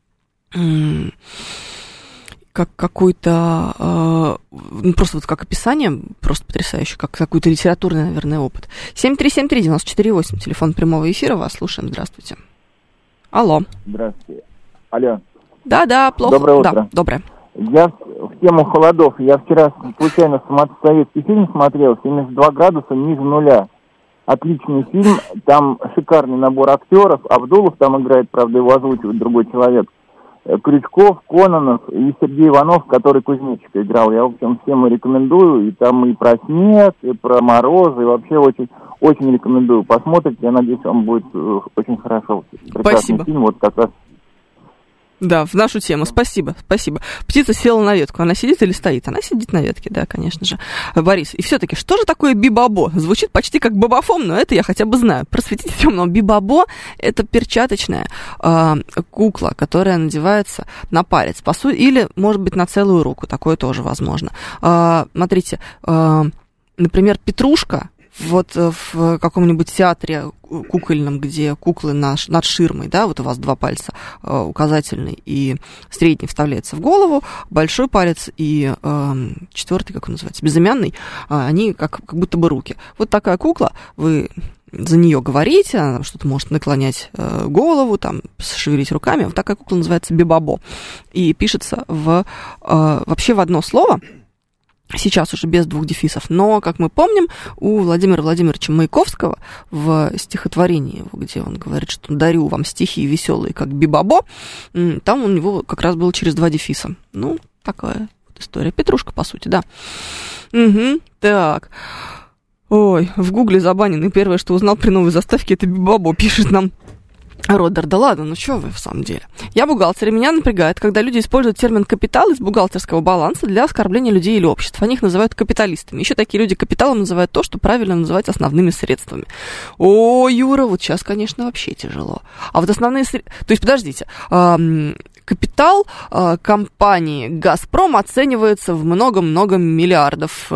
просто вот как описание, просто потрясающе, как какой-то литературный, наверное, опыт. 7373948, телефон прямого эфира, вас слушаем, здравствуйте. Алло. Здравствуйте. Алло. Да, плохо. Доброе утро. Да, доброе. Я в тему холодов. Я вчера случайно советский фильм смотрел, 72 градуса ниже нуля. Отличный фильм, там шикарный набор актеров. Абдулов там играет, правда, его озвучивает другой человек. Крючков, Кононов и Сергей Иванов, который Кузнечика играл. Я, в общем, всем рекомендую. И там и про снег, и про морозы. И вообще очень рекомендую. Посмотрите, я надеюсь, вам будет очень хорошо. Прекрасный Спасибо. Фильм, вот как раз Да, в нашу тему. Спасибо. Птица села на ветку. Она сидит или стоит? Она сидит на ветке, да, конечно же. Борис, и все-таки, что же такое бибабо? Звучит почти как бабафом, но это я хотя бы знаю. Просветите темного. Бибабо – это перчаточная кукла, которая надевается на палец, по сути, или, может быть, на целую руку. Такое тоже возможно. Смотрите, например, Петрушка. Вот в каком-нибудь театре кукольном, где куклы над ширмой, да, вот у вас два пальца, указательный и средний вставляется в голову, большой палец и четвертый, как он называется, безымянный, они как будто бы руки. Вот такая кукла, вы за нее говорите, она что-то может наклонять голову, там, шевелить руками. Вот такая кукла называется бибабо. И пишется вообще в одно слово. Сейчас уже без двух дефисов, но, как мы помним, у Владимира Владимировича Маяковского в стихотворении его, где он говорит, что «дарю вам стихи веселые, как бибабо», там у него как раз было через два дефиса. Ну, такая вот история. Петрушка, по сути, да. Угу, так. Ой, в Гугле забанен, и первое, что узнал при новой заставке, это бибабо, пишет нам Родер. Да ладно, ну что вы в самом деле? Я бухгалтер, и меня напрягает, когда люди используют термин «капитал» из бухгалтерского баланса для оскорбления людей или общества. Они их называют капиталистами. Еще такие люди капиталом называют то, что правильно называть основными средствами. О, Юра, вот сейчас, конечно, вообще тяжело. А вот основные средства... То есть, подождите, капитал компании «Газпром» оценивается в много-много миллиардов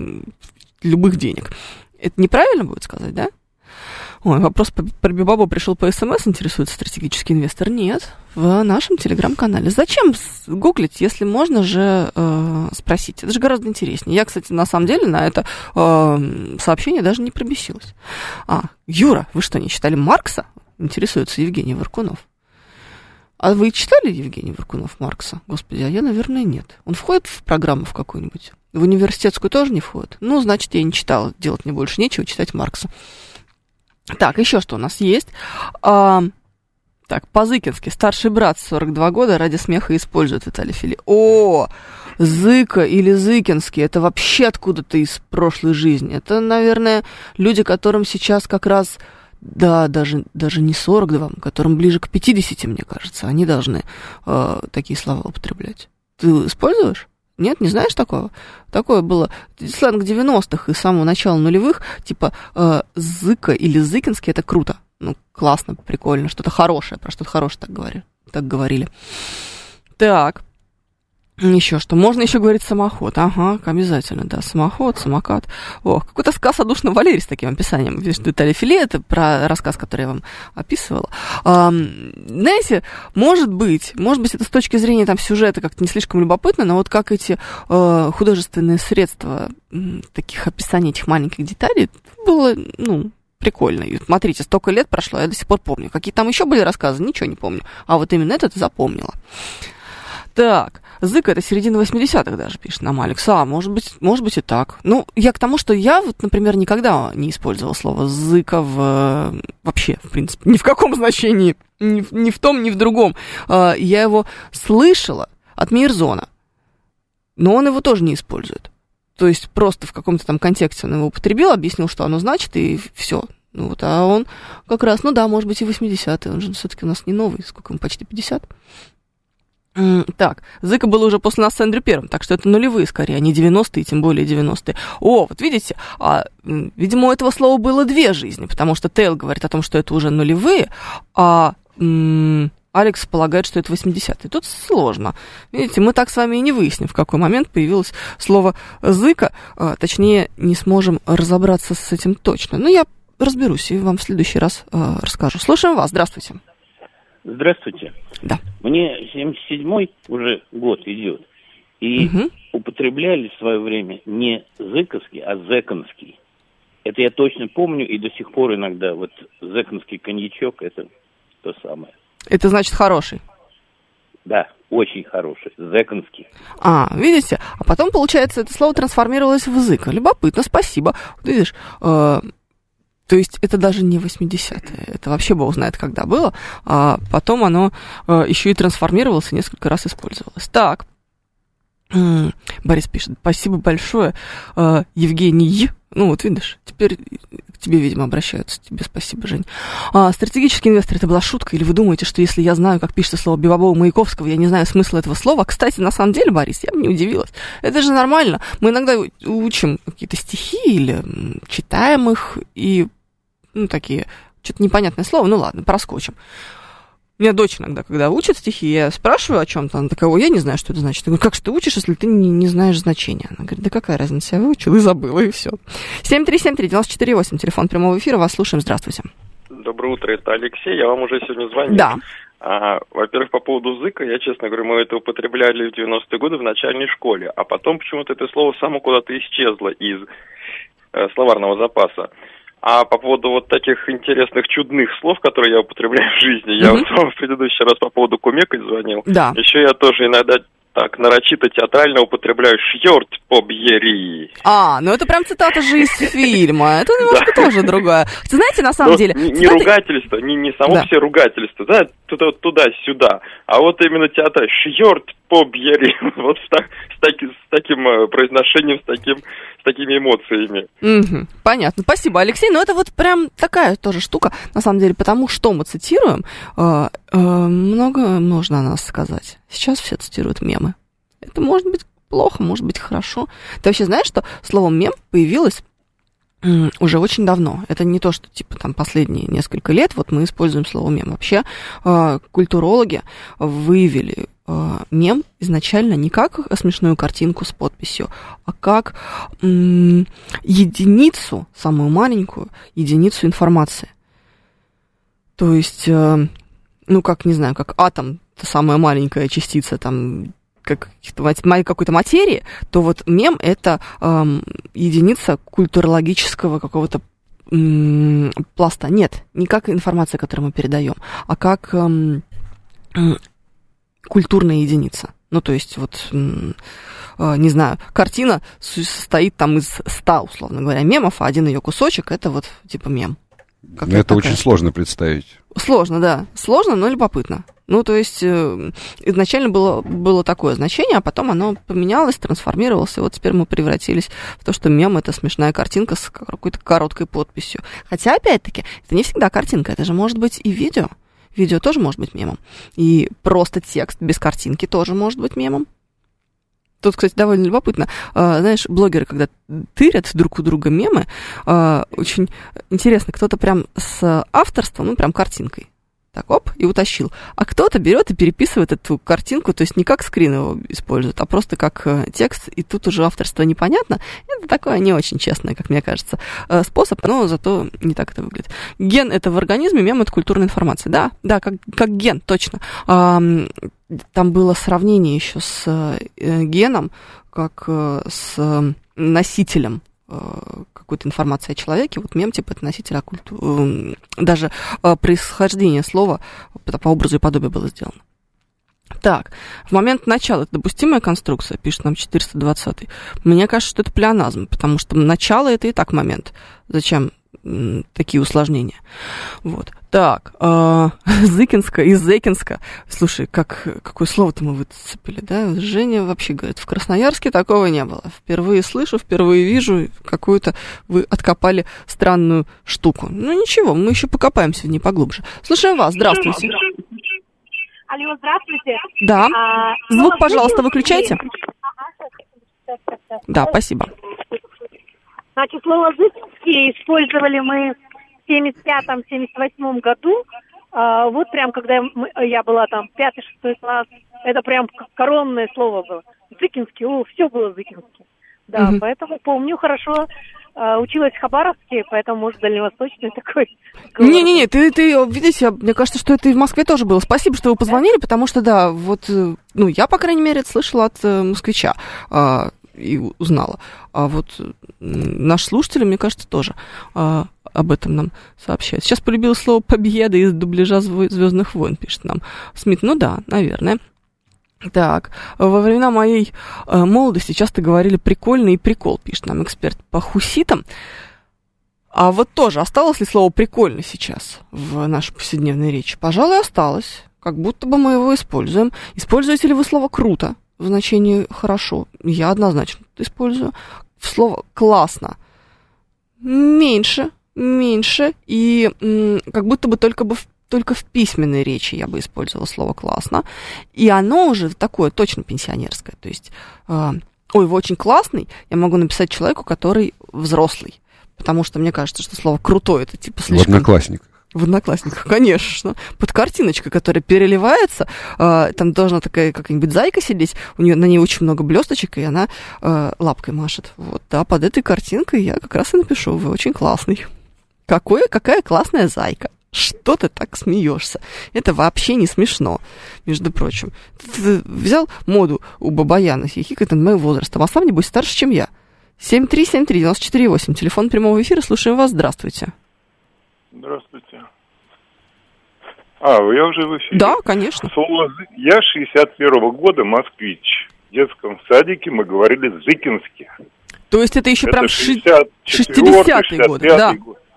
любых денег. Это неправильно будет сказать, да? Ой, вопрос про бибабо пришел по СМС, интересует стратегический инвестор. Нет, в нашем телеграм-канале. Зачем гуглить, если можно же спросить? Это же гораздо интереснее. Я, кстати, на самом деле на это сообщение даже не пробесилась. Юра, вы что, не читали Маркса? Интересуется Евгений Варкунов. А вы читали Евгений Варкунов Маркса? Господи, а я, наверное, нет. Он входит в программу в какую-нибудь? В университетскую тоже не входит? Ну, значит, я не читала. Делать мне больше нечего, читать Маркса. Так, еще что у нас есть? Так, по-зыкински. Старший брат, 42 года, ради смеха использует Виталий Фили. О, Зыка или Зыкинский, это вообще откуда-то из прошлой жизни. Это, наверное, люди, которым сейчас как раз, да, даже не 42, которым ближе к 50, мне кажется, они должны такие слова употреблять. Ты используешь? Нет, не знаешь такого? Такое было сленг 90-х и с самого начала нулевых, типа зыка или зыкинский, это круто. Ну, классно, прикольно, что-то хорошее, про что-то хорошее так говорили. Так, еще что? Можно еще говорить самоход. Ага, обязательно, да, самоход, самокат. Ох, какой-то сказ о Душном Валерии с таким описанием. Видишь, Виталий Филе, это про рассказ, который я вам описывала. Знаете, может быть, это с точки зрения там сюжета как-то не слишком любопытно, но вот как эти художественные средства таких описаний этих маленьких деталей было, прикольно. И смотрите, столько лет прошло, я до сих пор помню. Какие там еще были рассказы, ничего не помню. А вот именно этот запомнила. Так, Зыка, это середина 80-х даже, пишет нам Алекс. Может быть и так. Ну, я к тому, что я, вот, например, никогда не использовала слово Зыка вообще, в принципе, ни в каком значении, ни в том, ни в другом. Я его слышала от Мейерзона, но он его тоже не использует. То есть просто в каком-то там контексте он его употребил, объяснил, что оно значит, и все. Ну вот, а он как раз, может быть, и 80-е, он же все-таки у нас не новый, сколько ему, почти 50. Так, Зыка было уже после нас с Эндрю Первым, так что это нулевые скорее, а не 90-е, тем более 90-е. О, вот видите, видимо, у этого слова было две жизни, потому что Тейл говорит о том, что это уже нулевые, а Алекс полагает, что это 80-е. Тут сложно. Видите, мы так с вами и не выясним, в какой момент появилось слово «зыка», точнее, не сможем разобраться с этим точно. Но я разберусь и вам в следующий раз расскажу. Слушаем вас, здравствуйте. Здравствуйте. Да. Мне 77-й уже год идет. И употребляли в свое время не зыковский, а зэконский. Это я точно помню, и до сих пор иногда вот зэконский коньячок, это то самое. Это значит хороший? Да, очень хороший, зэконский. Видите? А потом, получается, это слово трансформировалось в зыка. Любопытно, спасибо. Вот видишь, то есть это даже не 80-е, это вообще бог знает, когда было, а потом оно еще и трансформировалось и несколько раз использовалось. Так, Борис пишет, спасибо большое, Евгений, Ну, вот видишь, теперь к тебе, видимо, обращаются. Тебе спасибо, Жень. Стратегический инвестор, это была шутка? Или вы думаете, что если я знаю, как пишется слово Бибабо у Маяковского, я не знаю смысла этого слова? Кстати, на самом деле, Борис, я бы не удивилась. Это же нормально. Мы иногда учим какие-то стихи или читаем их, и, ну, такие, что-то непонятное слово, ну, ладно, проскочим. У меня дочь иногда, когда учит стихи, я спрашиваю о чем-то, она такая: я не знаю, что это значит. Я говорю: как же ты учишь, если ты не знаешь значения? Она говорит: да какая разница, я выучила и забыла, и все. 7373948, телефон прямого эфира, вас слушаем, здравствуйте. Доброе утро, это Алексей, я вам уже сегодня звонил. Да. Во-первых, по поводу языка, я, честно говорю, мы это употребляли в 90-е годы в начальной школе, а потом почему-то это слово само куда-то исчезло из словарного запаса. А по поводу вот таких интересных, чудных слов, которые я употребляю в жизни, я вот вам в предыдущий раз по поводу кумекать звонил. Да. Еще я тоже иногда так нарочито театрально употребляю «шьёрт побьери». Ну это прям цитата же из фильма. Это немножко тоже другое. Ты знаете, на самом деле... Не ругательство, не само все ругательство, да, туда-сюда, а вот именно театр «шьёрт побьери». Вот с таким произношением, с такими эмоциями. Понятно. Спасибо, Алексей. Но это вот прям такая тоже штука, на самом деле, потому что мы цитируем, много можно о нас сказать. Сейчас все цитируют мемы. Это может быть плохо, может быть хорошо. Ты вообще знаешь, что слово «мем» появилось уже очень давно. Это не то, что типа там последние несколько лет вот мы используем слово «мем». Вообще культурологи выявили мем изначально не как смешную картинку с подписью, а как единицу, самую маленькую единицу информации. То есть, ну, как, не знаю, как атом, та самая маленькая частица, там, какой-то материи, то вот мем — это единица культурологического какого-то пласта. Нет, не как информация, которую мы передаем, а как культурная единица. Ну, то есть, вот, не знаю, картина состоит там из 100, условно говоря, мемов, а один ее кусочек — это вот типа мем. Это очень сложно представить. Сложно, да. Сложно, но любопытно. Ну, то есть, изначально было такое значение, а потом оно поменялось, трансформировалось, и вот теперь мы превратились в то, что мем — это смешная картинка с какой-то короткой подписью. Хотя, опять-таки, это не всегда картинка, это же может быть и видео. Видео тоже может быть мемом. И просто текст без картинки тоже может быть мемом. Тут, кстати, довольно любопытно. Знаешь, блогеры, когда тырят друг у друга мемы, очень интересно, кто-то прям с авторством, ну, прям картинкой. Так, оп, и утащил. А кто-то берет и переписывает эту картинку, то есть не как скрин его использует, а просто как текст, и тут уже авторство непонятно. Это такое не очень честное, как мне кажется, способ, но зато не так это выглядит. Ген — это в организме, мем — это культурная информация. Да, как ген, точно. Там было сравнение еще с геном, как с носителем какой-то информации о человеке. Вот мем, типа, это носитель даже происхождение слова по образу и подобию было сделано. Так, в момент начала это допустимая конструкция, пишет нам 420-й. Мне кажется, что это плеоназм, потому что начало — это и так момент. Зачем такие усложнения? Вот. Так, Зыкинска, из Зыкинска. Слушай, какое слово-то мы выцепили, да? Женя вообще говорит, в Красноярске такого не было. Впервые слышу, впервые вижу, какую-то вы откопали странную штуку. Ну ничего, мы еще покопаемся в ней поглубже. Слушаем вас, здравствуйте. Алло, здравствуйте. Да. Звук, пожалуйста, выключайте. Да, спасибо. Значит, слово «зыкинский» использовали мы в 75-78 году. Вот прям, когда я была там 5-6 класс, это прям коронное слово было. Зыкинский, все было зыкинский. Да, поэтому помню хорошо. Училась в Хабаровске, поэтому, может, дальневосточный такой. Не-не-не, ты видите, мне кажется, что это и в Москве тоже было. Спасибо, что вы позвонили, потому что, да, вот, ну, я, по крайней мере, это слышала от москвича и узнала. А вот наши слушатели, мне кажется, тоже об этом нам сообщают. Сейчас полюбилось слово «победа» из дубляжа «Звездных войн», пишет нам Смит. Ну да, наверное. Так, во времена моей молодости часто говорили «прикольно» и «прикол», пишет нам эксперт по хуситам. А вот тоже, осталось ли слово «прикольно» сейчас в нашей повседневной речи? Пожалуй, осталось. Как будто бы мы его используем. Используете ли вы слово «круто» в значении «хорошо»? Я однозначно использую. Слово «классно». Меньше, и как будто бы только в письменной речи я бы использовала слово «классно», и оно уже такое точно пенсионерское, то есть, ой, вы очень классный, я могу написать человеку, который взрослый, потому что мне кажется, что слово «крутой» это типа слишком... В Одноклассниках. В Одноклассниках, конечно. Под картиночкой, которая переливается, там должна такая какая-нибудь зайка сидеть, у нее на ней очень много блесточек, и она лапкой машет. Вот, да, под этой картинкой я как раз и напишу: вы очень классный. Какая классная зайка. Что ты так смеешься? Это вообще не смешно, между прочим. Ты взял моду у Бабаяна, хихикает над моим возрастом, а сам, небось, старше, чем я. 7373948, телефон прямого эфира, слушаем вас, здравствуйте. Здравствуйте. Я уже в эфире? Да, конечно. Я 61-го года москвич. В детском садике мы говорили зыкински. То есть это еще прям 60-е годы, да?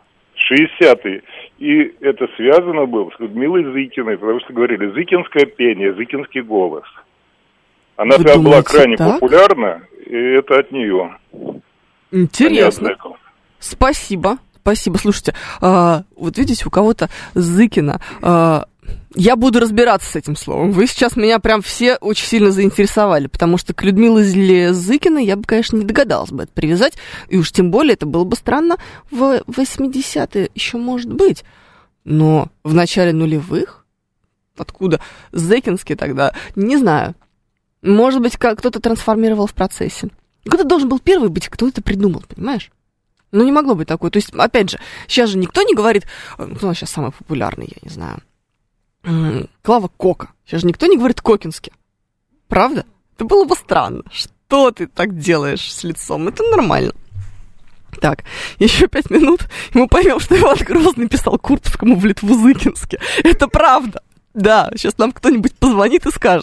60-е. И это связано было с Людмилой Зыкиной, потому что говорили зыкинское пение, зыкинский голос. Она тогда была крайне популярна, и это от нее. Интересно. Спасибо. Слушайте, вот видите, у кого-то Зыкина. Я буду разбираться с этим словом. Вы сейчас меня прям все очень сильно заинтересовали, потому что к Людмиле Зыкиной я бы, конечно, не догадалась бы это привязать, и уж тем более это было бы странно в 80-е еще может быть. Но в начале нулевых? Откуда зыкинский тогда? Не знаю. Может быть, кто-то трансформировал в процессе. Кто-то должен был первый быть, кто это придумал, понимаешь? Ну, не могло быть такое. То есть, опять же, сейчас же никто не говорит... Кто сейчас самый популярный, я не знаю. Клава Кока. Сейчас же никто не говорит Кокински. Правда? Это было бы странно. Что ты так делаешь с лицом? Это нормально. Так, еще 5 минут, и мы поймем, что Иван Грозный писал Куртовскому в Литву-Зыкинске. Это правда. Да, сейчас нам кто-нибудь позвонит и скажет,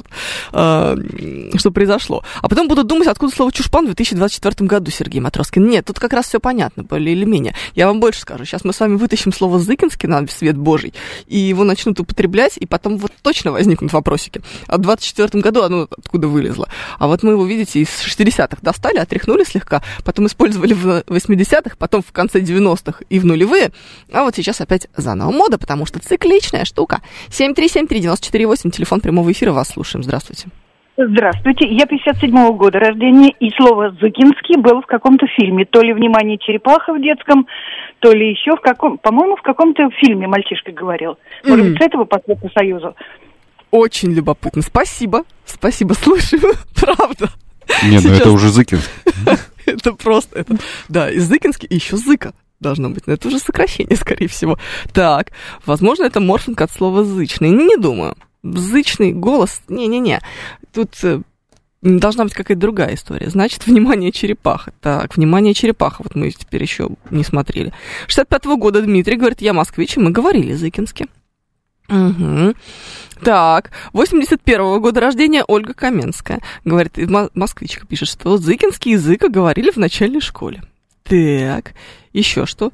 что произошло. А потом будут думать, откуда слово «чушпан» в 2024 году, Сергей Матроскин. Нет, тут как раз все понятно, более или менее. Я вам больше скажу. Сейчас мы с вами вытащим слово «зыкинский» на свет Божий, и его начнут употреблять, и потом вот точно возникнут вопросики. А в 2024 году оно откуда вылезло? А вот мы его, видите, из 60-х достали, отряхнули слегка, потом использовали в 80-х, потом в конце 90-х и в нулевые, а вот сейчас опять заново мода, потому что цикличная штука. 7373948, телефон прямого эфира, вас слушаем. Здравствуйте. Здравствуйте. Я 57-го года рождения, и слово «зыкинский» было в каком-то фильме. То ли «Внимание, черепаха» в детском, то ли еще в каком... По-моему, в каком-то фильме мальчишка говорил. Может быть, с этого по Советскому Союзу. Очень любопытно. Спасибо, слушаю. Правда. Не, ну это уже зыкинский. Это просто... Да, и зыкинский, и еще зыка должно быть. Но это уже сокращение, скорее всего. Так, возможно, это морфинг от слова «зычный». Не думаю. Зычный голос, не-не-не, тут должна быть какая-то другая история. Значит, «Внимание, черепаха». Так, «Внимание, черепаха», вот мы теперь еще не смотрели. 65-го года Дмитрий говорит: я москвич, и мы говорили зыкински. Угу. Так, 81-го года рождения Ольга Каменская говорит, москвичка пишет, что зыкинский и зыка говорили в начальной школе. Так, еще что?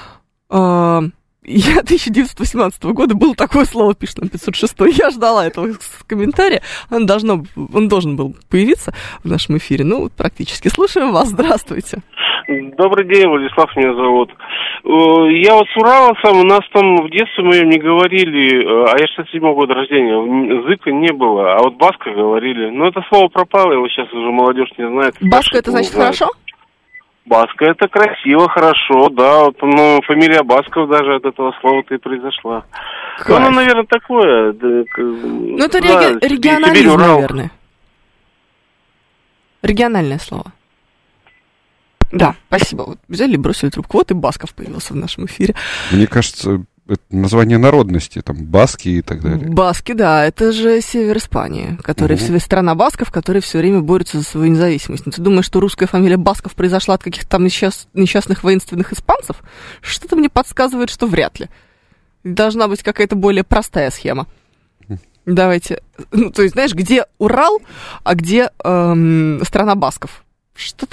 Я 1918 года, было такое слово, пишет нам 506. Я ждала этого комментария. Он должен был появиться в нашем эфире. Ну, практически. Слушаем вас. Здравствуйте. Добрый день, Владислав меня зовут. Я вот с Урала сам, у нас там в детстве моем не говорили, а я 67-го года рождения, зыка не было, а вот баска говорили. Но это слово пропало, его сейчас уже молодежь не знает. Баска это значит хорошо? Баска это красиво, хорошо, да. Вот, ну, фамилия Басков даже от этого слова-то и произошла. Ну, оно, наверное, такое. Ну, это регионализм, наверное. Региональное слово. Да, спасибо. Вот взяли и бросили трубку. Вот и Басков появился в нашем эфире. Мне кажется, это название народности, там, баски и так далее. Баски, да, это же север Испании, страна басков, которые все время борются за свою независимость. Но ты думаешь, что русская фамилия Басков произошла от каких-то там несчастных воинственных испанцев? Что-то мне подсказывает, что вряд ли. Должна быть какая-то более простая схема. Давайте, то есть, знаешь, где Урал, а где страна басков? Что-то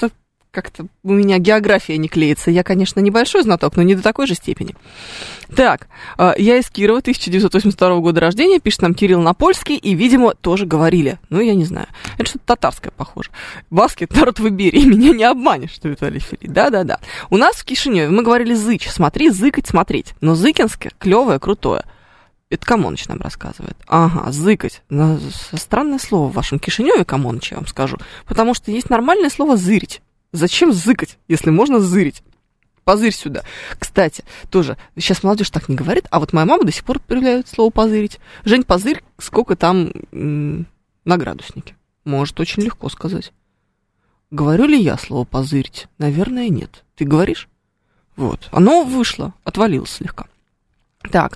как-то у меня география не клеится. Я, конечно, небольшой знаток, но не до такой же степени. Так, я из Кирова, 1982 года рождения, пишет нам Кирилл на польский, и, видимо, тоже говорили. Ну, я не знаю. Это что-то татарское, похоже. Баски, народ в Иберии, меня не обманешь, что Виталий Филипп. Да-да-да. У нас в Кишиневе мы говорили зыч, смотри, зыкать, смотреть. Но зыкинское клевое, крутое. Это Камоныч нам рассказывает. Ага, зыкать. Странное слово в вашем Кишиневе, Камоныч, я вам скажу. Потому что есть нормальное слово зырить. Зачем зыкать, если можно зырить? Позырь сюда. Кстати, тоже, сейчас молодежь так не говорит, а вот моя мама до сих пор употребляет слово позырить. Жень, позырь, сколько там на градуснике. Может очень легко сказать. Говорю ли я слово позырить? Наверное, нет. Ты говоришь? Вот. Оно вышло, отвалилось слегка. Так,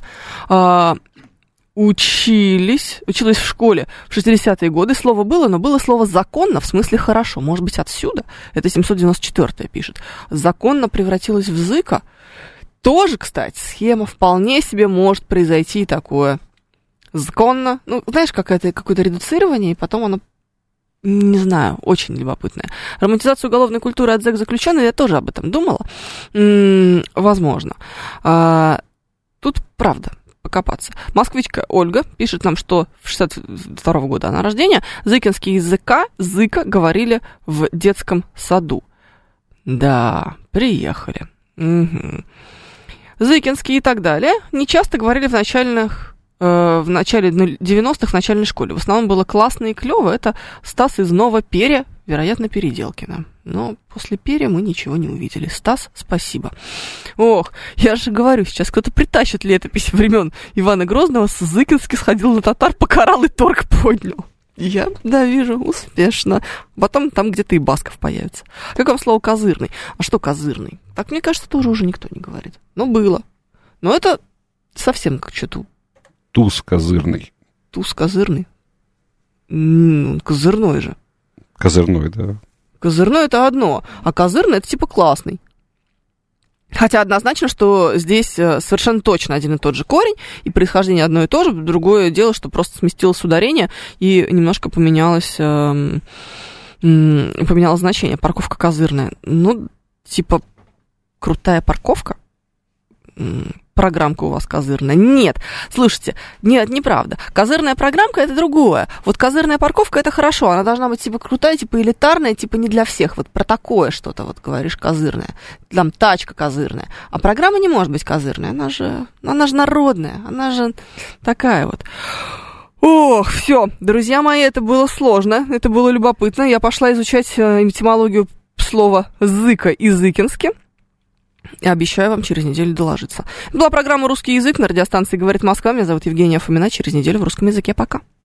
училась в школе в 60-е годы. Слово было, но было слово «законно», в смысле «хорошо». Может быть, отсюда? Это 794-е пишет. «Законно» превратилось в «зыка». Тоже, кстати, схема вполне себе может произойти такое. «Законно». Ну, знаешь, какое-то редуцирование, и потом оно, не знаю, очень любопытное. Романтизацию уголовной культуры от зэк-заключенных, я тоже об этом думала. Возможно. Тут правда покопаться. Москвичка Ольга пишет нам, что в 62-го года она рождения зыкинский языка, зыка говорили в детском саду. Да, приехали. Угу. Зыкинский и так далее не часто говорили в начале 90-х в начальной школе. В основном было классно и клево. Это Стас из Нового Перья, вероятно, Переделкино. Но после Перья мы ничего не увидели. Стас, спасибо. Ох, я же говорю, сейчас кто-то притащит летопись времен Ивана Грозного, с Зыкински сходил на татар, покарал и торг поднял. Я, да, вижу, успешно. Потом там где-то и Басков появится. Как вам слово «козырный»? А что «козырный»? Так, мне кажется, тоже уже никто не говорит. Но было. Но это совсем как что-то... Туз козырный. Туз козырный? Козырной же. Козырной, да. Козырной это одно, а козырный это типа классный. Хотя однозначно, что здесь совершенно точно один и тот же корень, и происхождение одно и то же. Другое дело, что просто сместилось ударение и немножко поменялось значение. Парковка козырная. Ну, типа, крутая парковка. Программка у вас козырная. Нет, слушайте, нет, неправда. Козырная программка это другое. Вот козырная парковка это хорошо. Она должна быть типа крутая, типа элитарная, типа не для всех. Вот про такое что-то вот говоришь козырная. Там тачка козырная. А программа не может быть козырная. Она же народная. Она же такая вот. Ох, все, друзья мои, это было сложно. Это было любопытно. Я пошла изучать этимологию слова «зыка» и «зыкински». И обещаю вам через неделю доложиться. Это была программа «Русский язык» на радиостанции «Говорит Москва». Меня зовут Евгения Фомина. Через неделю в русском языке. Пока.